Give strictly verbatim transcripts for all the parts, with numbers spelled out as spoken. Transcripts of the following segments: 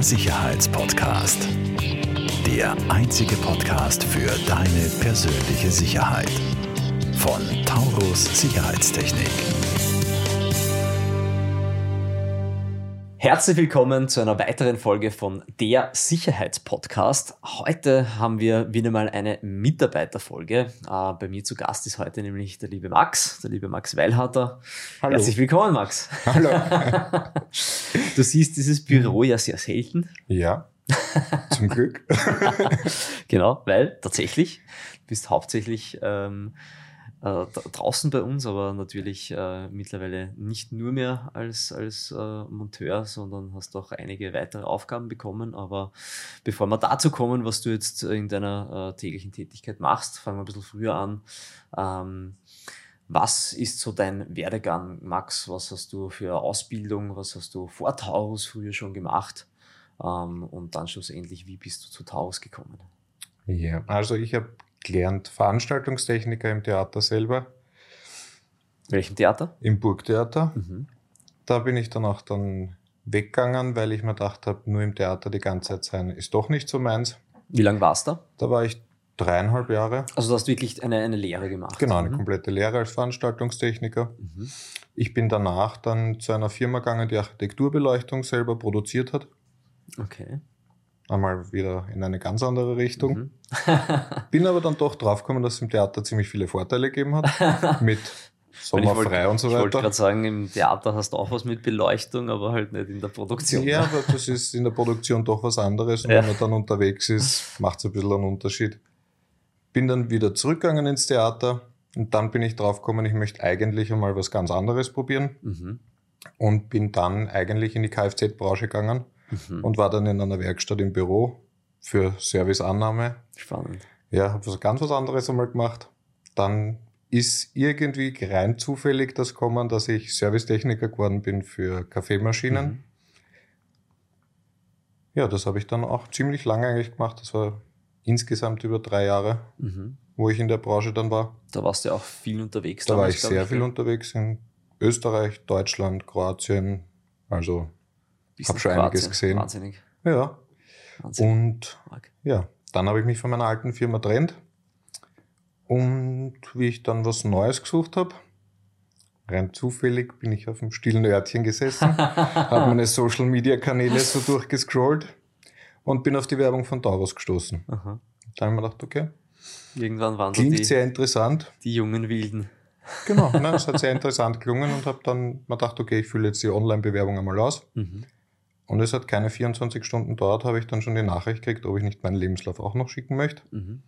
Der Sicherheitspodcast. Der einzige Podcast für deine persönliche Sicherheit. Von Taurus Sicherheitstechnik. Herzlich willkommen zu einer weiteren Folge von Der Sicherheitspodcast. Heute haben wir wieder mal eine Mitarbeiterfolge. Äh, bei mir zu Gast ist heute nämlich der liebe Max, der liebe Max Weilharter. Hallo. Herzlich willkommen, Max. Hallo. Du siehst dieses Büro ja sehr selten. Ja, zum Glück. Genau, weil tatsächlich, du bist hauptsächlich ähm, äh, draußen bei uns, aber natürlich äh, mittlerweile nicht nur mehr als, als äh, Monteur, sondern hast auch einige weitere Aufgaben bekommen. Aber bevor wir dazu kommen, was du jetzt in deiner äh, täglichen Tätigkeit machst, fangen wir ein bisschen früher an. Ähm, was ist so dein Werdegang, Max? Was hast du für Ausbildung? Was hast du vor Taurus früher schon gemacht? Ähm, und dann schlussendlich, wie bist du zu Taurus gekommen? Ja, also ich habe gelernt Veranstaltungstechniker im Theater selber. Welchem Theater? Im Burgtheater. Mhm. Da bin ich dann auch dann weggegangen, weil ich mir gedacht habe, nur im Theater die ganze Zeit sein ist doch nicht so meins. Wie lange warst du da? Da war ich dreieinhalb Jahre. Also du hast wirklich eine, eine Lehre gemacht? Genau, eine mhm. komplette Lehre als Veranstaltungstechniker. Mhm. Ich bin danach dann zu einer Firma gegangen, die Architekturbeleuchtung selber produziert hat. Okay. Einmal wieder in eine ganz andere Richtung. Mhm. Bin aber dann doch draufgekommen, dass es im Theater ziemlich viele Vorteile gegeben hat. Mit sommerfrei und so Ich wollte weiter. gerade sagen, im Theater hast du auch was mit Beleuchtung, aber halt nicht in der Produktion. Ja, aber das ist in der Produktion doch was anderes. Und Ja. wenn man dann unterwegs ist, macht es ein bisschen einen Unterschied. Bin dann wieder zurückgegangen ins Theater und dann bin ich draufgekommen, ich möchte eigentlich einmal was ganz anderes probieren. Mhm. Und bin dann eigentlich in die Kfz-Branche gegangen. Mhm. Und war dann in einer Werkstatt im Büro für Serviceannahme. Spannend. Ja, habe was ganz was anderes einmal gemacht. Dann ist irgendwie rein zufällig das gekommen, dass ich Servicetechniker geworden bin für Kaffeemaschinen. Mhm. Ja, das habe ich dann auch ziemlich lange eigentlich gemacht. Das war insgesamt über drei Jahre, Mhm. wo ich in der Branche dann war. Da warst du ja auch viel unterwegs. Da war damals, ich glaub sehr viel ja. unterwegs in Österreich, Deutschland, Kroatien. Also Bis hab nach schon einiges Kroatien. gesehen. Wahnsinnig. ja. Wahnsinn. Und Arg. ja, dann habe ich mich von meiner alten Firma getrennt. Und wie ich dann was Neues gesucht habe, rein zufällig bin ich auf einem stillen Örtchen gesessen, habe meine Social-Media-Kanäle so durchgescrollt und bin auf die Werbung von Taurus gestoßen. Aha. Dann habe ich mir gedacht, okay, Irgendwann waren so klingt die, sehr interessant. die jungen Wilden. Genau, nein, es hat sehr interessant gelungen und habe dann mir gedacht, okay, ich fülle jetzt die Online-Bewerbung einmal aus. Mhm. Und es hat keine vierundzwanzig Stunden gedauert, habe ich dann schon die Nachricht gekriegt, ob ich nicht meinen Lebenslauf auch noch schicken möchte. Mhm.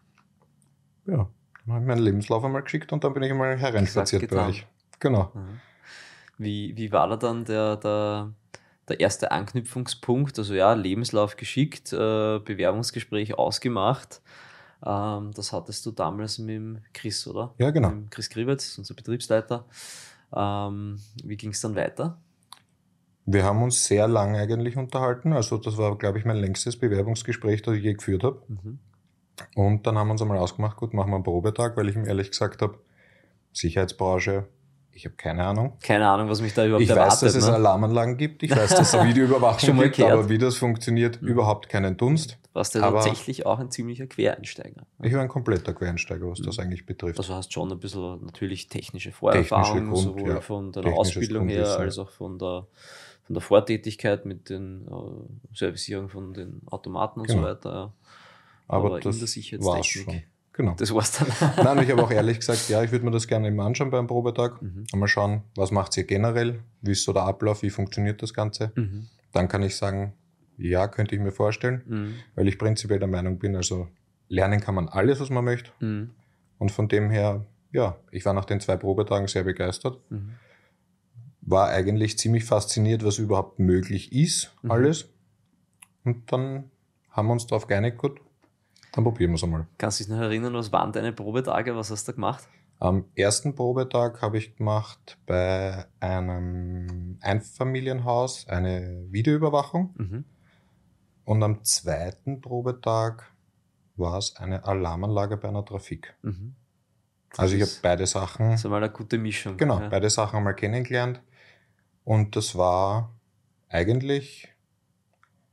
Ja, dann habe ich meinen Lebenslauf einmal geschickt und dann bin ich einmal hereinspaziert Gesagt, bei getan. euch. Genau. Mhm. Wie, wie war da dann der, der, der erste Anknüpfungspunkt? Also ja, Lebenslauf geschickt, äh, Bewerbungsgespräch ausgemacht. Ähm, das hattest du damals mit dem Chris, oder? Ja, genau. Mit dem Chris Gribetz, unser Betriebsleiter. Ähm, wie ging es dann weiter? Wir haben uns sehr lang eigentlich unterhalten. Also das war, glaube ich, mein längstes Bewerbungsgespräch, das ich je geführt habe. Mhm. Und dann haben wir uns einmal ausgemacht, gut, machen wir einen Probetag, weil ich ihm ehrlich gesagt habe, Sicherheitsbranche, ich habe keine Ahnung. Keine Ahnung, was mich da überhaupt Ich erwartet. weiß, dass es ne? Alarmanlagen gibt, ich weiß, dass es Videoüberwachung Schon mal gibt, gehört. aber wie das funktioniert, Mhm. überhaupt keinen Dunst. Du warst ja aber- tatsächlich auch ein ziemlicher Quereinsteiger. Ich war ein kompletter Quereinsteiger, was das Mhm. eigentlich betrifft. Also hast schon ein bisschen natürlich technische Vorerfahrung, Grund, sowohl ja. von deiner Technisches Ausbildung her, Grundwissen, als auch von der, von der Vortätigkeit mit den äh, Servicierung von den Automaten und Genau. so weiter. Ja. aber aber in das der war's Sicherheitstechnik. schon. Genau. Das war's dann. Nein, ich habe auch ehrlich gesagt, ja, ich würde mir das gerne eben anschauen beim Probetag. Mhm. Einmal schauen, was macht ihr generell, wie ist so der Ablauf, wie funktioniert das Ganze. Mhm. Dann kann ich sagen, ja, könnte ich mir vorstellen, Mhm. weil ich prinzipiell der Meinung bin, also lernen kann man alles, was man möchte. Mhm. Und von dem her, ja, ich war nach den zwei Probetagen sehr begeistert. Mhm. War eigentlich ziemlich fasziniert, was überhaupt möglich ist, Mhm. alles. Und dann haben wir uns darauf geeinigt, gut, dann probieren wir es einmal. Kannst du dich noch erinnern, was waren deine Probetage? Was hast du gemacht? Am ersten Probetag habe ich gemacht bei einem Einfamilienhaus eine Videoüberwachung. Mhm. Und am zweiten Probetag war es eine Alarmanlage bei einer Trafik. Mhm. Das Also ich habe ist- beide Sachen, Das ist einmal eine gute Mischung. genau, Ja. beide Sachen einmal kennengelernt. Und das war eigentlich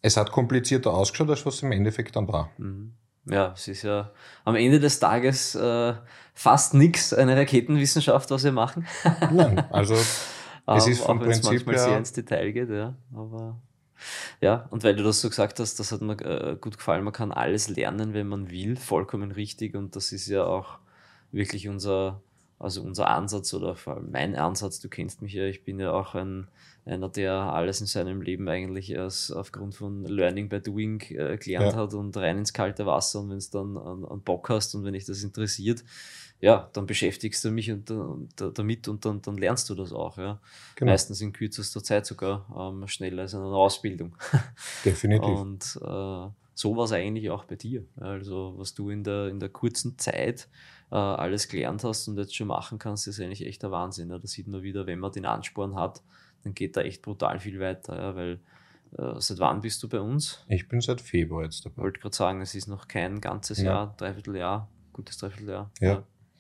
Es hat komplizierter ausgeschaut, als was es im Endeffekt dann war. Mhm. Ja, es ist ja am Ende des Tages äh, fast nichts eine Raketenwissenschaft, was wir machen. Nein, also es ist vom Auch wenn es Prinzip manchmal sehr her, ins Detail geht, ja. Aber ja, und weil du das so gesagt hast, das hat mir äh, gut gefallen, man kann alles lernen, wenn man will, vollkommen richtig. Und das ist ja auch wirklich unser, also unser Ansatz oder vor allem mein Ansatz. Du kennst mich ja, ich bin ja auch ein, einer, der alles in seinem Leben eigentlich erst aufgrund von Learning by Doing äh, gelernt Ja. hat und rein ins kalte Wasser. Und wenn es dann an, an Bock hast und wenn dich das interessiert, ja, dann beschäftigst du mich und, und, damit und dann, dann lernst du das auch. Ja. Genau. Meistens in kürzester Zeit sogar ähm, schneller als in einer Ausbildung. definitiv. Und äh, so war es eigentlich auch bei dir. Also was du in der, in der kurzen Zeit äh, alles gelernt hast und jetzt schon machen kannst, ist eigentlich echt der Wahnsinn. Ja. Da sieht man wieder, wenn man den Ansporn hat, dann geht da echt brutal viel weiter. Ja, weil äh, seit wann bist du bei uns? Ich bin seit Februar jetzt Ich dabei. wollte gerade sagen, es ist noch kein ganzes Ja. Jahr, Dreivierteljahr, gutes Dreivierteljahr. Ja.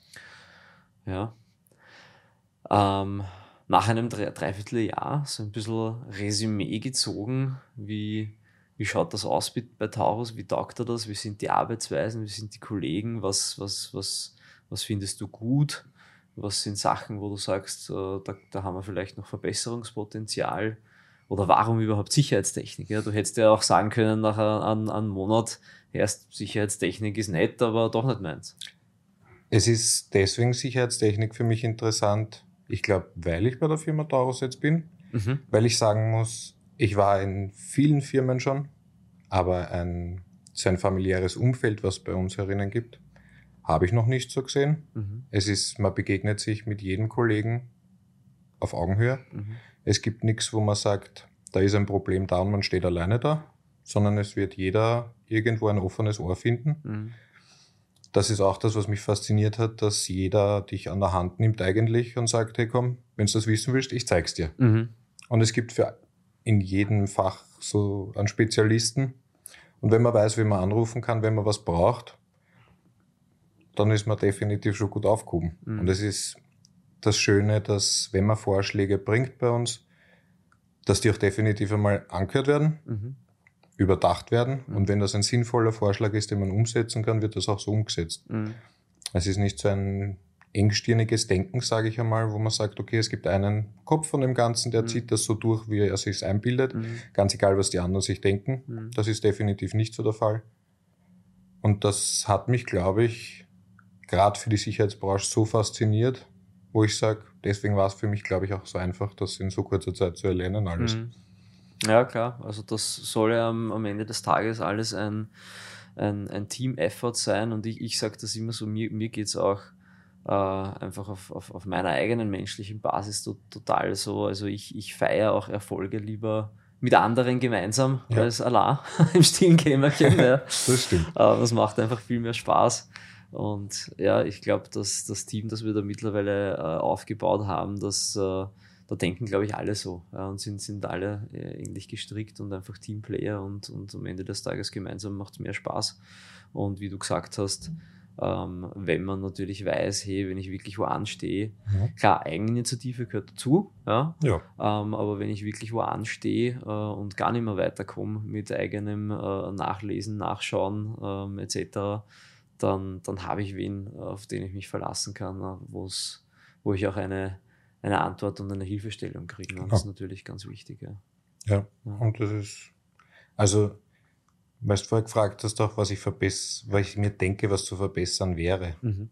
Ja. ja. Ähm, nach einem Dre Dreivierteljahr so ein bisschen Resümee gezogen, wie, wie schaut das aus bei, bei Taurus, wie taugt er das, wie sind die Arbeitsweisen, wie sind die Kollegen, was, was, was, was findest du gut, was sind Sachen, wo du sagst, äh, da, da haben wir vielleicht noch Verbesserungspotenzial oder warum überhaupt Sicherheitstechnik? Ja? Du hättest ja auch sagen können nach einem, einem Monat, erst Sicherheitstechnik ist nett, aber doch nicht meins. Es ist deswegen Sicherheitstechnik für mich interessant. Ich glaube, weil ich bei der Firma Taurus jetzt bin, Mhm. weil ich sagen muss, ich war in vielen Firmen schon, aber ein, so ein familiäres Umfeld, was bei uns herinnen gibt, habe ich noch nicht so gesehen. Mhm. Es ist, man begegnet sich mit jedem Kollegen auf Augenhöhe. Mhm. Es gibt nichts, wo man sagt, da ist ein Problem da und man steht alleine da, sondern es wird jeder irgendwo ein offenes Ohr finden. Mhm. Das ist auch das, was mich fasziniert hat, dass jeder dich an der Hand nimmt eigentlich und sagt, hey komm, wenn du das wissen willst, ich zeig's dir. Mhm. Und es gibt für in jedem Fach so einen Spezialisten. Und wenn man weiß, wie man anrufen kann, wenn man was braucht, dann ist man definitiv schon gut aufgehoben. Mhm. Und es ist das Schöne, dass wenn man Vorschläge bringt bei uns, dass die auch definitiv einmal angehört werden, Mhm. überdacht werden. Mhm. Und wenn das ein sinnvoller Vorschlag ist, den man umsetzen kann, wird das auch so umgesetzt. Mhm. Es ist nicht so ein engstirniges Denken, sage ich einmal, wo man sagt, okay, es gibt einen Kopf von dem Ganzen, der Mhm. zieht das so durch, wie er sich einbildet. Mhm. Ganz egal, was die anderen sich denken. Mhm. Das ist definitiv nicht so der Fall. Und das hat mich, glaube ich, gerade für die Sicherheitsbranche so fasziniert, wo ich sage, deswegen war es für mich, glaube ich, auch so einfach, das in so kurzer Zeit zu erlernen alles. Mhm. Ja, klar. Also das soll ja am, am Ende des Tages alles ein, ein, ein Team-Effort sein. Und ich, ich sage das immer so, mir, mir geht es auch äh, einfach auf, auf, auf meiner eigenen menschlichen Basis to, total so. Also ich, ich feiere auch Erfolge lieber mit anderen gemeinsam Ja. als allein im stillen Kämmerchen. Ja. Das stimmt. Aber das macht einfach viel mehr Spaß. Und ja, ich glaube, dass das Team, das wir da mittlerweile äh, aufgebaut haben, das, äh, da denken, glaube ich, alle so ja, und sind, sind alle äh, ähnlich gestrickt und einfach Teamplayer und, und am Ende des Tages gemeinsam macht es mehr Spaß. Und wie du gesagt hast, ähm, wenn man natürlich weiß, hey, wenn ich wirklich wo anstehe, Mhm. klar, Eigeninitiative gehört dazu, ja, Ja. ähm, aber wenn ich wirklich wo anstehe äh, und gar nicht mehr weiterkomme mit eigenem äh, Nachlesen, Nachschauen ähm, et cetera, dann, dann habe ich wen, auf den ich mich verlassen kann, äh, wo's, wo ich auch eine, eine Antwort und eine Hilfestellung kriege. Und das ist natürlich ganz wichtig. Ja. Ja, Ja. und das ist, also, weil du vorher gefragt hast, auch was ich verbess, weil ich mir denke, was zu verbessern wäre, Mhm.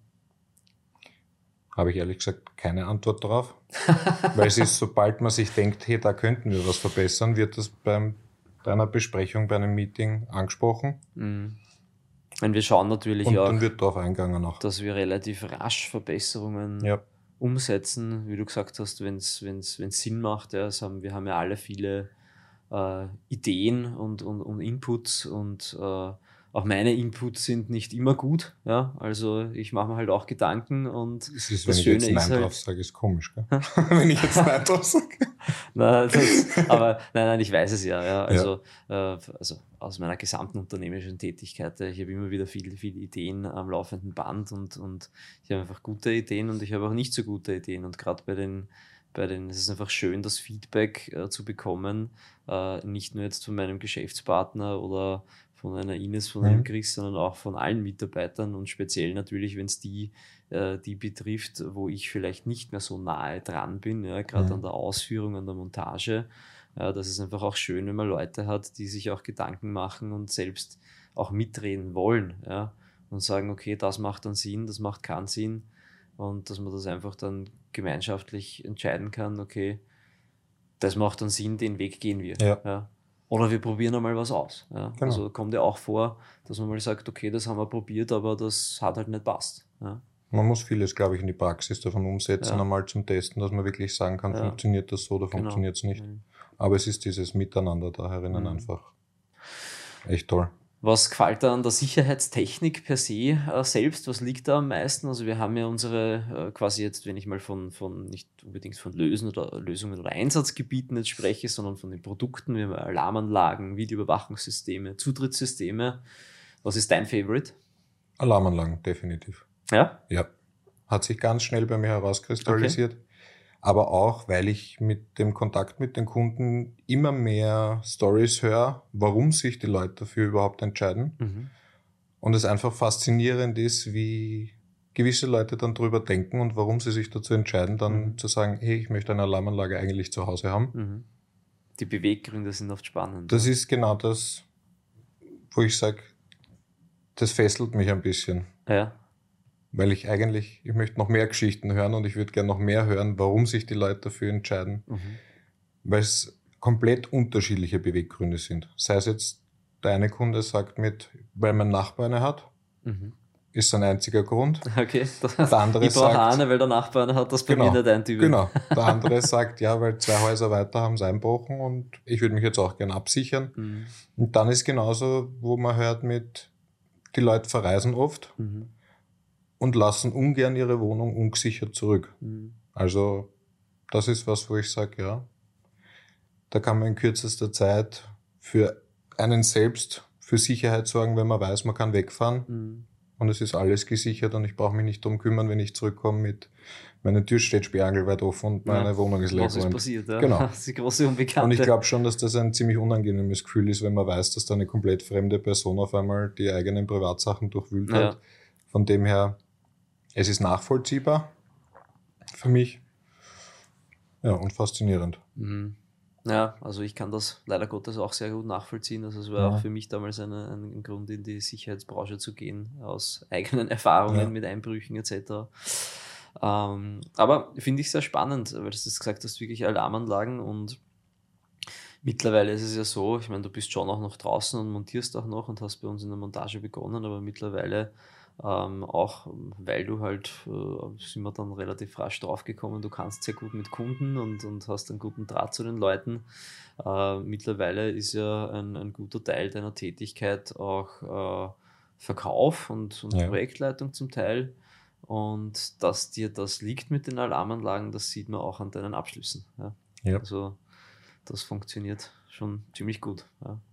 habe ich ehrlich gesagt keine Antwort drauf. Weil es ist, sobald man sich denkt, hey, da könnten wir was verbessern, wird das beim, bei einer Besprechung, bei einem Meeting angesprochen. Mhm. Und wir schauen natürlich Und auch, dann wird drauf eingegangen auch. dass wir relativ rasch Verbesserungen Ja, umsetzen, wie du gesagt hast, wenn es Sinn macht. Ja, das haben, wir haben ja alle viele äh, Ideen und, und, und Inputs und äh, auch meine Inputs sind nicht immer gut. Ja? Also ich mache mir halt auch Gedanken und es ist, das wenn ich Schöne jetzt ist Nein halt, drauf sage, ist komisch, gell? Wenn ich jetzt Nein drauf sage. Nein, das, aber nein, nein, ich weiß es ja. ja. Also, ja. Äh, also aus meiner gesamten unternehmerischen Tätigkeit, ich habe immer wieder viele, viele Ideen am laufenden Band und, und ich habe einfach gute Ideen und ich habe auch nicht so gute Ideen. Und gerade bei den, bei den, es ist einfach schön, das Feedback äh, zu bekommen, äh, nicht nur jetzt von meinem Geschäftspartner oder von einer Ines, von einem Mhm. Chris, sondern auch von allen Mitarbeitern und speziell natürlich, wenn es die, äh, die betrifft, wo ich vielleicht nicht mehr so nahe dran bin, ja, gerade Mhm. an der Ausführung, an der Montage. Ja, das ist einfach auch schön, wenn man Leute hat, die sich auch Gedanken machen und selbst auch mitreden wollen, ja, und sagen, okay, das macht dann Sinn, das macht keinen Sinn, und dass man das einfach dann gemeinschaftlich entscheiden kann, okay, das macht dann Sinn, den Weg gehen wir. Ja. Ja. Oder wir probieren einmal was aus. Ja. Genau. Also kommt ja auch vor, dass man mal sagt, okay, das haben wir probiert, aber das hat halt nicht passt. Ja. Man muss vieles, glaube ich, in die Praxis davon umsetzen, Ja. einmal zum Testen, dass man wirklich sagen kann, Ja. funktioniert das so oder Genau. funktioniert es nicht. Mhm. Aber es ist dieses Miteinander da herinnen Mhm. einfach echt toll. Was gefällt da an der Sicherheitstechnik per se äh, selbst? Was liegt da am meisten? Also wir haben ja unsere, äh, quasi jetzt, wenn ich mal von, von nicht unbedingt von Lösen oder Lösungen oder Einsatzgebieten jetzt spreche, sondern von den Produkten, wir haben Alarmanlagen, Videoüberwachungssysteme, Zutrittssysteme. Was ist dein Favorite? Alarmanlagen, definitiv. Ja? Ja. Hat sich ganz schnell bei mir herauskristallisiert. Aber auch, weil ich mit dem Kontakt mit den Kunden immer mehr Stories höre, warum sich die Leute dafür überhaupt entscheiden. Mhm. Und es einfach faszinierend ist, wie gewisse Leute dann drüber denken und warum sie sich dazu entscheiden, dann Mhm. zu sagen, hey, ich möchte eine Alarmanlage eigentlich zu Hause haben. Mhm. Die Beweggründe sind oft spannend. Das ja. ist genau das, wo ich sage, das fesselt mich ein bisschen. Ja. Weil ich eigentlich, ich möchte noch mehr Geschichten hören und ich würde gerne noch mehr hören, warum sich die Leute dafür entscheiden. Mhm. Weil es komplett unterschiedliche Beweggründe sind. Sei es jetzt, der eine Kunde sagt mit, weil mein Nachbar eine hat, Mhm. ist sein einziger Grund. Okay, das, Der andere ich brauche sagt- eine, weil der Nachbar eine hat, das bei Genau, mir nicht eintübelt. Genau. Der andere sagt, ja, weil zwei Häuser weiter haben es einbrochen und ich würde mich jetzt auch gerne absichern. Mhm. Und dann ist genauso, wo man hört mit, die Leute verreisen oft Mhm. und lassen ungern ihre Wohnung ungesichert zurück. Mhm. Also das ist was, wo ich sage, ja, da kann man in kürzester Zeit für einen selbst für Sicherheit sorgen, wenn man weiß, man kann wegfahren Mhm. und es ist alles gesichert und ich brauche mich nicht drum kümmern, wenn ich zurückkomme mit, meine Tür steht sperrangelweit offen und meine Ja, Wohnung ist leer Was ist geworden. passiert? Ja? Genau. Das ist die große Unbekannte. Und ich glaube schon, dass das ein ziemlich unangenehmes Gefühl ist, wenn man weiß, dass da eine komplett fremde Person auf einmal die eigenen Privatsachen durchwühlt Ja. hat. Von dem her, es ist nachvollziehbar für mich. Ja, und faszinierend. Mhm. Ja, also ich kann das leider Gottes auch sehr gut nachvollziehen. Also es war Ja. auch für mich damals eine, ein Grund, in die Sicherheitsbranche zu gehen, aus eigenen Erfahrungen Ja. mit Einbrüchen et cetera. Ähm, aber finde ich sehr spannend, weil du das gesagt hast, wirklich Alarmanlagen, und mittlerweile ist es ja so, ich meine, du bist schon auch noch draußen und montierst auch noch und hast bei uns in der Montage begonnen, aber mittlerweile ähm, auch, weil du halt, äh, sind wir dann relativ rasch draufgekommen, du kannst sehr gut mit Kunden und, und hast einen guten Draht zu den Leuten. Äh, mittlerweile ist ja ein, ein guter Teil deiner Tätigkeit auch äh, Verkauf und, und Ja. Projektleitung zum Teil. Und dass dir das liegt mit den Alarmanlagen, das sieht man auch an deinen Abschlüssen. Ja. Ja. Also das funktioniert schon ziemlich gut.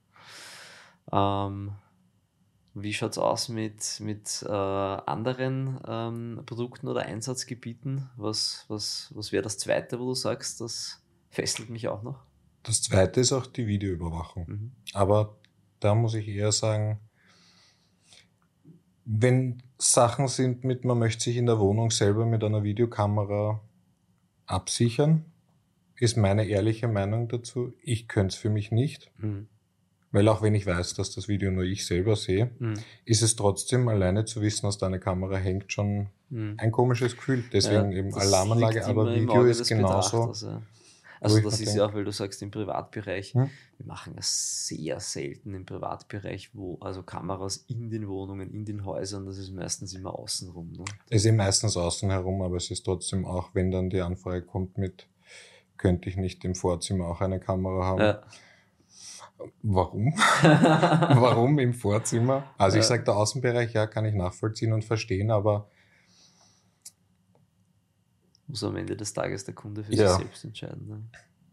Ja. Ähm, wie schaut es aus mit, mit äh, anderen ähm, Produkten oder Einsatzgebieten? Was, was, was wäre das zweite, wo du sagst, das fesselt mich auch noch? Das zweite ist auch die Videoüberwachung. Mhm. Aber da muss ich eher sagen, wenn Sachen sind mit, man möchte sich in der Wohnung selber mit einer Videokamera absichern, ist meine ehrliche Meinung dazu, ich könnte es für mich nicht. Mhm. Weil auch wenn ich weiß, dass das Video nur ich selber sehe, Mhm. ist es trotzdem alleine zu wissen, dass da eine Kamera hängt, schon Mhm. ein komisches Gefühl. Deswegen Ja, eben das Alarmanlage, liegt aber immer im Video Auge ist des genauso. Betrachters, ja. Also ich das mir ist denk- ja auch, weil du sagst, im Privatbereich, Hm? wir machen das sehr selten im Privatbereich, wo also Kameras in den Wohnungen, in den Häusern, das ist meistens immer außenrum. Ne? Es ist meistens außen herum, aber es ist trotzdem auch, wenn dann die Anfrage kommt mit, könnte ich nicht im Vorzimmer auch eine Kamera haben? Ja. Warum? Warum im Vorzimmer? Also ich Ja. sage, der Außenbereich, ja, kann ich nachvollziehen und verstehen, aber Muss am Ende des Tages der Kunde für Ja. sich selbst entscheiden. Ne?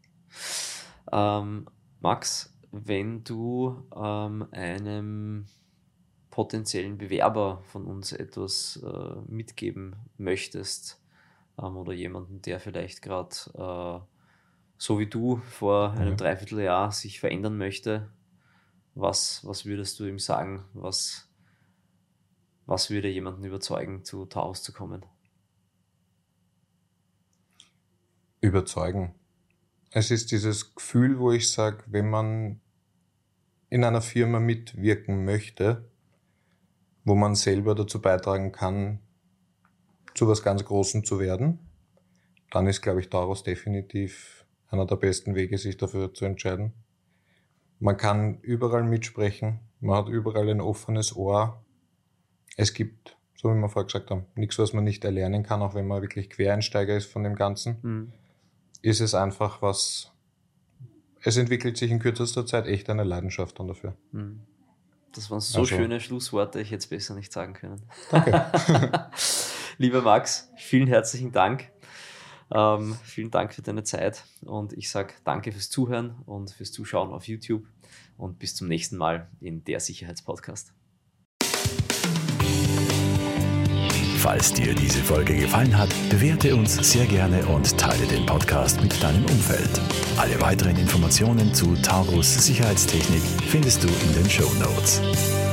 Ähm, Max, wenn du ähm, einem potenziellen Bewerber von uns etwas äh, mitgeben möchtest, ähm, oder jemanden, der vielleicht gerade äh, so wie du vor einem ja. Dreivierteljahr sich verändern möchte, was, was würdest du ihm sagen? Was, was würde jemanden überzeugen, zu Taurus zu kommen? Überzeugen. Es ist dieses Gefühl, wo ich sage, wenn man in einer Firma mitwirken möchte, wo man selber dazu beitragen kann, zu was ganz Großem zu werden, dann ist, glaube ich, Taurus definitiv einer der besten Wege, sich dafür zu entscheiden. Man kann überall mitsprechen, man hat überall ein offenes Ohr. Es gibt, so wie wir vorher gesagt haben, nichts, was man nicht erlernen kann, auch wenn man wirklich Quereinsteiger ist von dem Ganzen. Mhm. Ist es einfach was, es entwickelt sich in kürzester Zeit echt eine Leidenschaft dann dafür. Mhm. Das waren so also, schöne Schlussworte, ich hätte es besser nicht sagen können. Danke. Lieber Max, vielen herzlichen Dank. Ähm, vielen Dank für deine Zeit und ich sage danke fürs Zuhören und fürs Zuschauen auf YouTube und bis zum nächsten Mal in der Sicherheitspodcast. Falls dir diese Folge gefallen hat, bewerte uns sehr gerne und teile den Podcast mit deinem Umfeld. Alle weiteren Informationen zu Taurus Sicherheitstechnik findest du in den Shownotes.